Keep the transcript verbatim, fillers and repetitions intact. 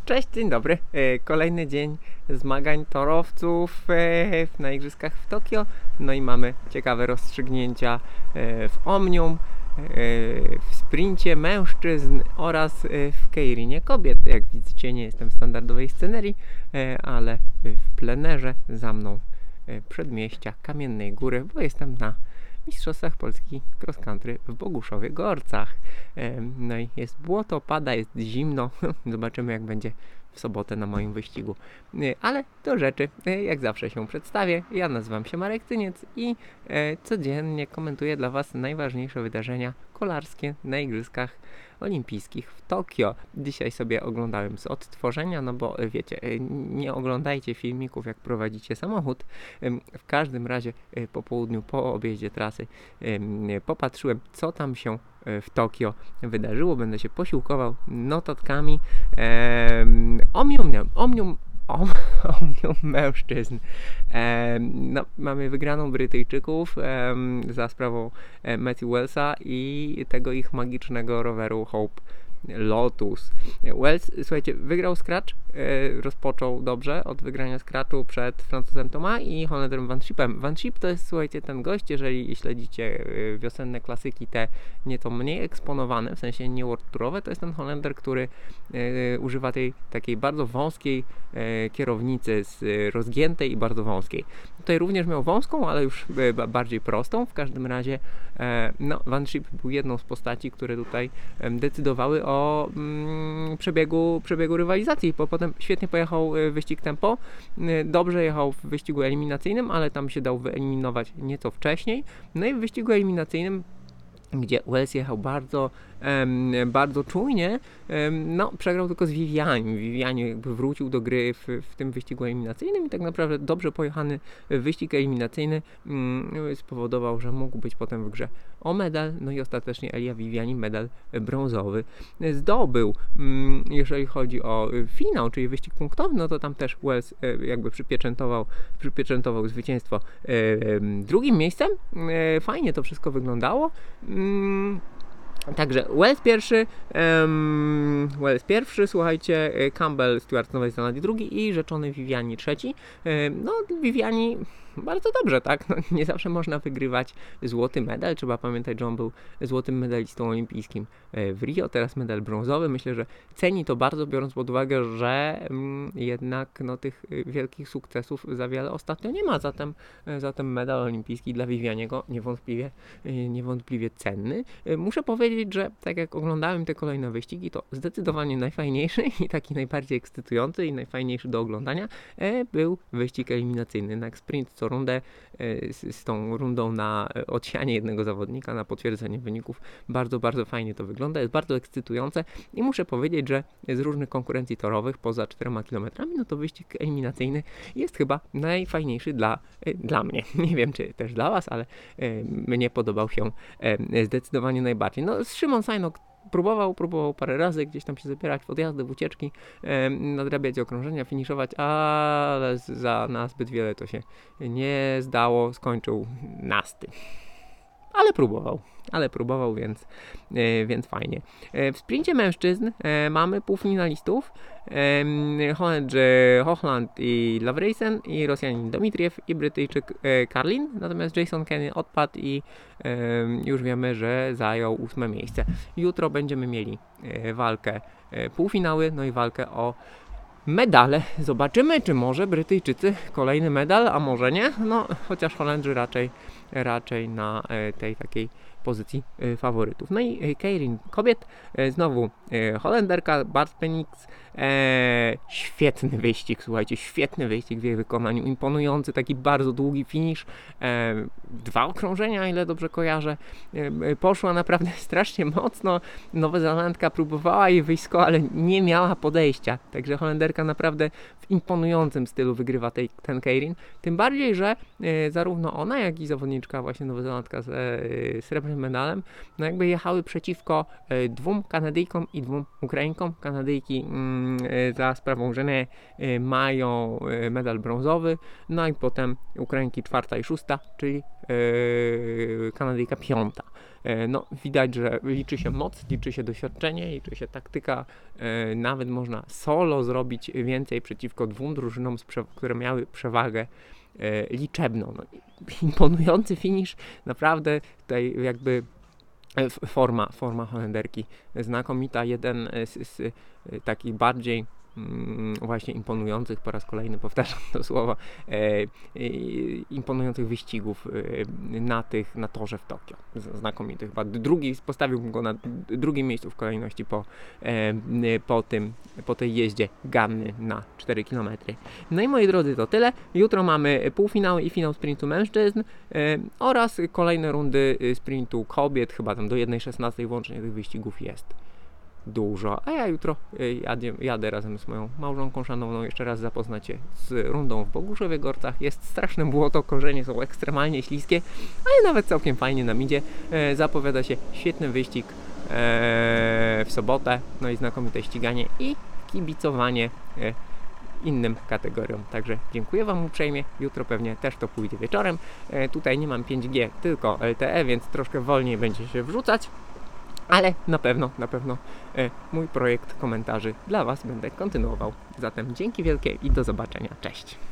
Cześć, dzień dobry. Kolejny dzień zmagań torowców na igrzyskach w Tokio. No i mamy ciekawe rozstrzygnięcia w Omnium, w sprincie mężczyzn oraz w keirinie kobiet. Jak widzicie, nie jestem w standardowej scenerii, ale w plenerze za mną przedmieścia Kamiennej Góry, bo jestem na Mistrzostwach Polski Cross Country w Boguszowie Gorcach. No i jest błoto, pada, jest zimno. Zobaczymy, jak będzie w sobotę na moim wyścigu. Ale do rzeczy, jak zawsze się przedstawię. Ja nazywam się Marek Tyniec i codziennie komentuję dla Was najważniejsze wydarzenia kolarskie na Igrzyskach Olimpijskich w Tokio. Dzisiaj sobie oglądałem z odtworzenia, no bo wiecie, nie oglądajcie filmików, jak prowadzicie samochód. W każdym razie po południu, po objeździe trasy popatrzyłem, co tam się w Tokio wydarzyło. Będę się posiłkował notatkami. Ehm, omnium, omnium, om, omnium mężczyzn. Ehm, no, mamy wygraną Brytyjczyków ehm, za sprawą Matthew Wellsa i tego ich magicznego roweru Hope Lotus. Wells, słuchajcie, wygrał Scratch, e, rozpoczął dobrze od wygrania Scratchu przed Francuzem Thomas i Hollenderem Van Schipem. Van Schip to jest, słuchajcie, ten gość, jeżeli śledzicie e, wiosenne klasyki, te nieco mniej eksponowane, w sensie nie world tourowe, to jest ten Hollender, który e, używa tej takiej bardzo wąskiej e, kierownicy, z, e, rozgiętej i bardzo wąskiej. Tutaj również miał wąską, ale już e, bardziej prostą. W każdym razie e, no, Van Schip był jedną z postaci, które tutaj e, decydowały o o mm, przebiegu, przebiegu rywalizacji, bo potem świetnie pojechał wyścig tempo, dobrze jechał w wyścigu eliminacyjnym, ale tam się dał wyeliminować nieco wcześniej. No i w wyścigu eliminacyjnym, gdzie Wells jechał bardzo, um, bardzo czujnie, um, no przegrał tylko z Viviani. Viviani jakby wrócił do gry w, w tym wyścigu eliminacyjnym i tak naprawdę dobrze pojechany wyścig eliminacyjny um, spowodował, że mógł być potem w grze o medal, no i ostatecznie Elia Viviani medal brązowy zdobył. Um, jeżeli chodzi o finał, czyli wyścig punktowy, no to tam też Wells e, jakby przypieczętował, przypieczętował zwycięstwo e, e, drugim miejscem. E, fajnie to wszystko wyglądało. Mm, Także Wells pierwszy, um, Wells pierwszy, słuchajcie, Campbell, Stewart z Nowej Zelandii drugi i rzeczony Viviani trzeci. Um, no, Viviani bardzo dobrze, tak? No, nie zawsze można wygrywać złoty medal. Trzeba pamiętać, że on był złotym medalistą olimpijskim w Rio, teraz medal brązowy. Myślę, że ceni to bardzo, biorąc pod uwagę, że um, jednak no, tych wielkich sukcesów za wiele ostatnio nie ma. Zatem, zatem medal olimpijski dla Vivianiego niewątpliwie, niewątpliwie cenny. Muszę powiedzieć, że tak jak oglądałem te kolejne wyścigi, to zdecydowanie najfajniejszy i taki najbardziej ekscytujący i najfajniejszy do oglądania e, był wyścig eliminacyjny na sprint co rundę e, z, z tą rundą na odsianie jednego zawodnika, na potwierdzenie wyników. Bardzo, bardzo fajnie to wygląda, jest bardzo ekscytujące i muszę powiedzieć, że z różnych konkurencji torowych poza czterema kilometrami, no to wyścig eliminacyjny jest chyba najfajniejszy dla, e, dla mnie. Nie wiem, czy też dla Was, ale e, mnie podobał się e, zdecydowanie najbardziej. No, Szymon Sajnok próbował, próbował parę razy gdzieś tam się zabierać w odjazdy, w ucieczki, e, nadrabiać okrążenia, finiszować, ale za nazbyt wiele to się nie zdało, skończył nasty. Ale próbował, ale próbował, więc, e, więc fajnie. E, w sprincie mężczyzn e, mamy półfinalistów. E, Holendrzy Hochland i Lavreisen i Rosjanin Dmitriew i Brytyjczyk e, Karlin. Natomiast Jason Kenny odpadł i e, już wiemy, że zajął ósme miejsce. Jutro będziemy mieli e, walkę e, półfinały, no i walkę o medale. Zobaczymy, czy może Brytyjczycy kolejny medal, a może nie. No, chociaż Holendrzy raczej, raczej na e, tej takiej pozycji e, faworytów. No i e, keirin kobiet, e, znowu e, Holenderka, Bart Penix, e, świetny wyścig, słuchajcie, świetny wyścig w jej wykonaniu, imponujący, taki bardzo długi finish, e, dwa okrążenia, ile dobrze kojarzę, e, poszła naprawdę strasznie mocno, Nowozelandka próbowała jej wyjść z koła, ale nie miała podejścia, także Holenderka naprawdę w imponującym stylu wygrywa tej, ten keirin, tym bardziej, że e, zarówno ona, jak i zawodniczka właśnie nowozelandka z e, Srebrnej srebrnym medalem, no jakby jechały przeciwko e, dwóm Kanadyjkom i dwóm Ukrainkom. Kanadyjki mm, e, za sprawą żeny e, mają e, medal brązowy, no i potem Ukrainki czwarta i szósta, czyli e, Kanadyjka piąta. E, no widać, że liczy się moc, liczy się doświadczenie, liczy się taktyka, e, nawet można solo zrobić więcej przeciwko dwóm drużynom, które miały przewagę e, liczebną. No, imponujący finisz, naprawdę tutaj jakby e, forma, forma Holenderki znakomita, jeden z, z takich bardziej mm, właśnie imponujących, po raz kolejny powtarzam to słowo, e, e, imponujących wyścigów e, na, tych, na torze w Tokio. Znakomity chyba. Drugi, postawiłbym go na drugim miejscu w kolejności po, e, po, tym, po tej jeździe Ganny na cztery kilometry. No i moi drodzy, to tyle. Jutro mamy półfinały i finał sprintu mężczyzn e, oraz kolejne rundy sprintu kobiet, chyba tam do jeden szesnastej włącznie tych wyścigów jest dużo, a ja jutro jadę, jadę razem z moją małżonką szanowną jeszcze raz zapoznać się z rundą w Boguszowie Gorcach. Jest straszne błoto, korzenie są ekstremalnie śliskie, ale nawet całkiem fajnie nam idzie. E, zapowiada się świetny wyścig e, w sobotę, no i znakomite ściganie i kibicowanie e, innym kategoriom. Także dziękuję Wam uprzejmie. Jutro pewnie też to pójdzie wieczorem. E, tutaj nie mam pięć G, tylko L T E, więc troszkę wolniej będzie się wrzucać. Ale na pewno, na pewno e, mój projekt komentarzy dla Was będę kontynuował. Zatem dzięki wielkie i do zobaczenia. Cześć!